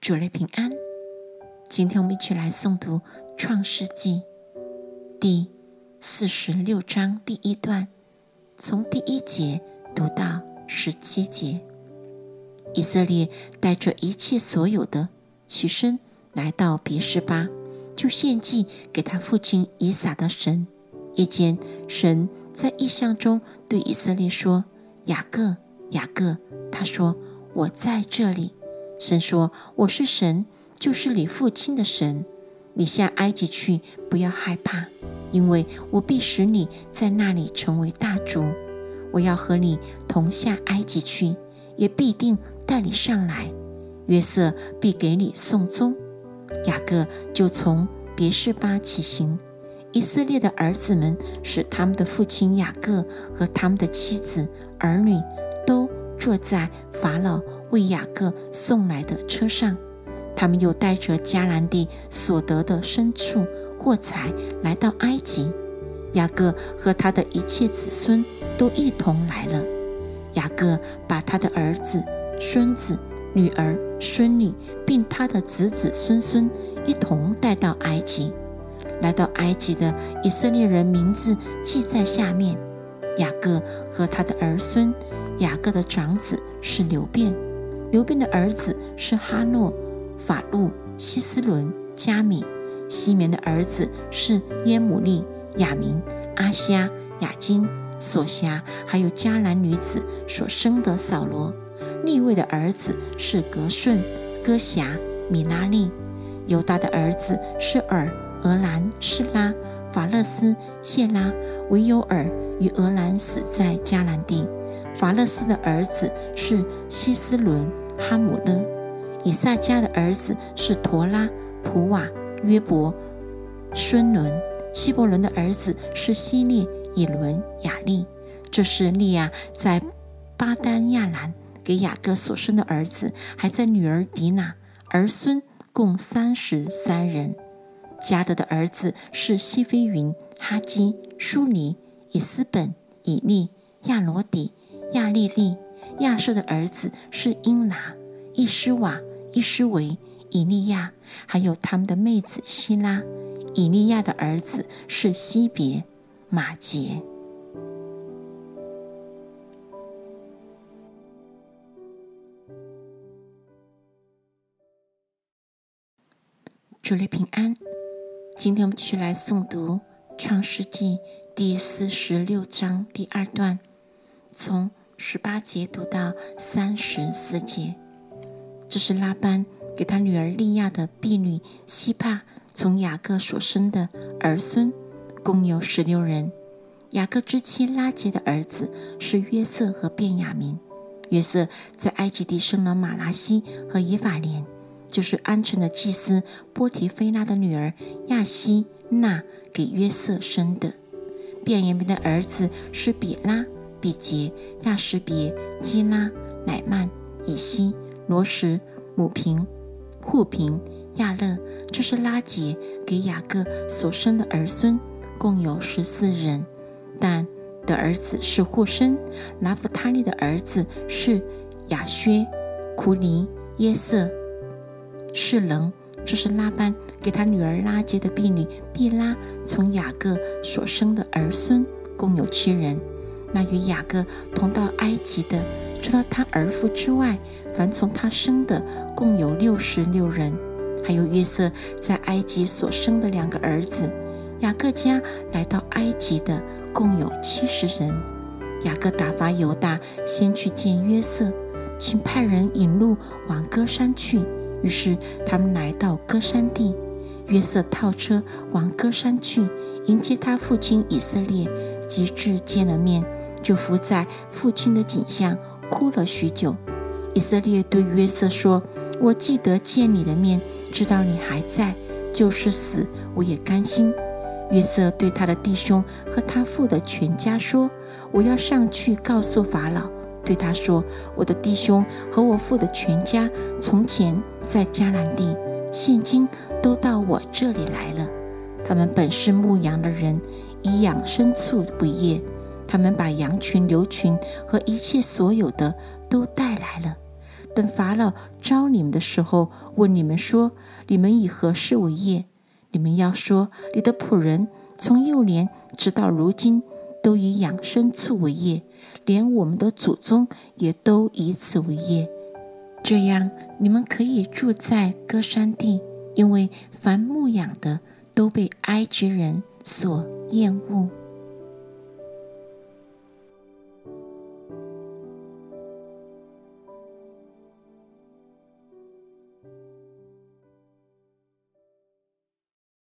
主内平安。今天我们一起来诵读创世纪第46章第1段，从第1节读到17节。以色列带着一切所有的起身来到别是巴，就献祭给他父亲以撒的神。夜间，神在异象中对以色列说：雅各，雅各。他说：我在这里。神说：我是神，就是你父亲的神。你下埃及去，不要害怕，因为我必使你在那里成为大族。我要和你同下埃及去，也必定带你上来。约瑟必给你送终。雅各就从别是巴起行。以色列的儿子们使他们的父亲雅各和他们的妻子儿女都坐在法老为雅各送来的车上。他们又带着迦南地所得的牲畜货财来到埃及。雅各和他的一切子孙都一同来了。雅各把他的儿子、孙子、女儿、孙女，并他的子子孙孙一同带到埃及。来到埃及的以色列人名字记在下面。雅各和他的儿孙。雅各的长子是流便，流便的儿子是哈诺、法路、希斯伦、加米。西缅的儿子是耶母利、亚明、阿虾、雅金、索辖，还有迦南女子所生的扫罗。利未的儿子是革顺、哥辖、米拉利。犹大的儿子是尔、俄兰、示拉、法勒斯、谢拉。唯有尔与俄兰死在迦南地。法勒斯的儿子是希斯伦、哈姆勒。以萨迦的儿子是陀拉、普瓦、约伯、孙伦。希伯伦的儿子是希列、以伦、雅利。这是利亚在巴丹亚兰给雅各所生的儿子，还在女儿迪娜。儿孙共33人。迦得的儿子是西非云、哈基、舒尼、以斯本、以利、亚罗底、亚利利。亚设的儿子是英拿、伊施瓦、伊施维、以利亚，还有他们的妹子希拉。以利亚的儿子是西别、马杰。主内平安。今天我们继续来诵读创世纪第46章第2段，从18节读到34节。这是拉班给他女儿利亚的婢女希帕从雅各所生的儿孙，共有16人。雅各之妻拉结的儿子是约瑟和便雅悯。约瑟在埃及地生了马拉西和以法莲，就是安城的祭司波提菲拉的女儿亚希娜给约瑟生的。便雅悯的儿子是比拉、比杰、亚什别、基拉、乃曼、以西、罗什、母平、户平、亚勒。这是拉结给雅各所生的儿孙，共有14人。但的儿子是户生。拿弗他利的儿子是亚薛、库尼、耶色、示棱。这是拉班给他女儿拉结的婢女毕拉从雅各所生的儿孙，共有7人。那与雅各同到埃及的，除了他儿妇之外，凡从他生的共有66人。还有约瑟在埃及所生的2个儿子。雅各家来到埃及的共有70人。雅各打发犹大先去见约瑟，请派人引路往歌山去。于是他们来到歌山地。约瑟套车往歌山去，迎接他父亲以色列。及至见了面，就伏在父亲的颈项，哭了许久。以色列对约瑟说：我记得见你的面，知道你还在，就是死我也甘心。约瑟对他的弟兄和他父的全家说：我要上去告诉法老，对他说：我的弟兄和我父的全家从前在迦南地，现今都到我这里来了。他们本是牧羊的人，以养牲畜为业。他们把羊群、牛群和一切所有的都带来了。 等法老招你们的时候，问你们说，你们以何事为业？你们要说，你的仆人从幼年直到如今，都以养牲畜为业，连我们的祖宗也都以此为业。这样，你们可以住在歌珊地，因为凡牧养的都被埃及人所厌恶。